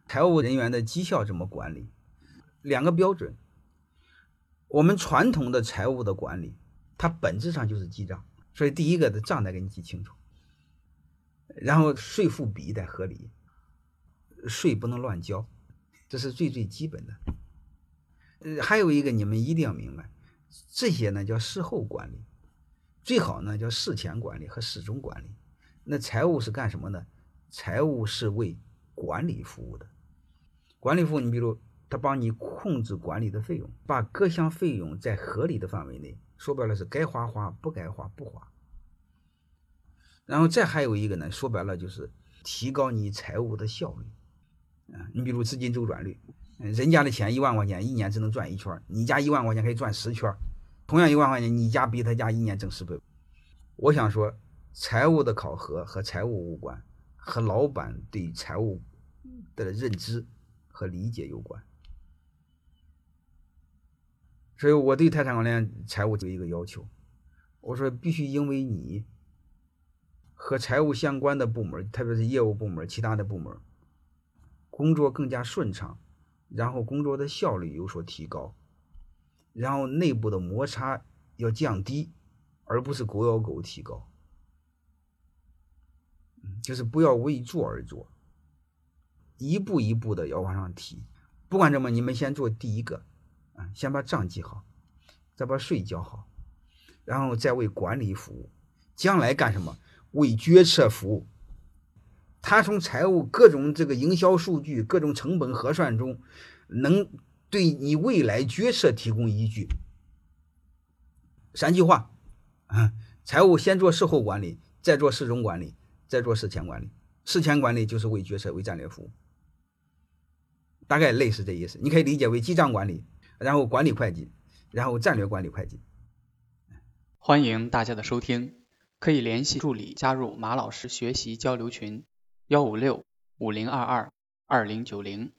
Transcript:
财务人员的绩效怎么管理？两个标准。我们传统的财务的管理，它本质上就是记账，所以第一个的账得给你记清楚，然后税负比得合理，税不能乱交，这是最基本的。还有一个你们一定要明白，这些呢叫事后管理，最好呢叫事前管理和事中管理。那财务是干什么呢？财务是为管理服务的。管理服务，你比如他帮你控制管理的费用，把各项费用在合理的范围内，说白了是该花花，不该花不花。然后再还有一个呢，说白了就是提高你财务的效率。你比如资金周转率，人家的钱1万块钱一年只能赚1圈，你家1万块钱可以赚10圈，同样1万块钱你家比他家一年挣10倍。我想说财务的考核和财务无关，和老板对财务的认知和理解有关。所以我对泰山光电财务有一个要求，我说必须因为你和财务相关的部门，特别是业务部门其他的部门工作更加顺畅，然后工作的效率有所提高，然后内部的摩擦要降低，而不是狗咬狗提高。就是不要为做而做，一步一步的要往上提。不管怎么，你们先做第一个，先把账记好，再把税交好，然后再为管理服务。将来干什么？为决策服务。他从财务各种这个营销数据、各种成本核算中，能对你未来决策提供依据。3句话，财务先做事后管理，再做事中管理，再做事前管理。事前管理就是为决策、为战略服务，大概类似这意思。你可以理解为记账管理，然后管理会计，然后战略管理会计。 欢迎大家的收听，可以联系助理加入马老师学习交流群：156-5022-2090。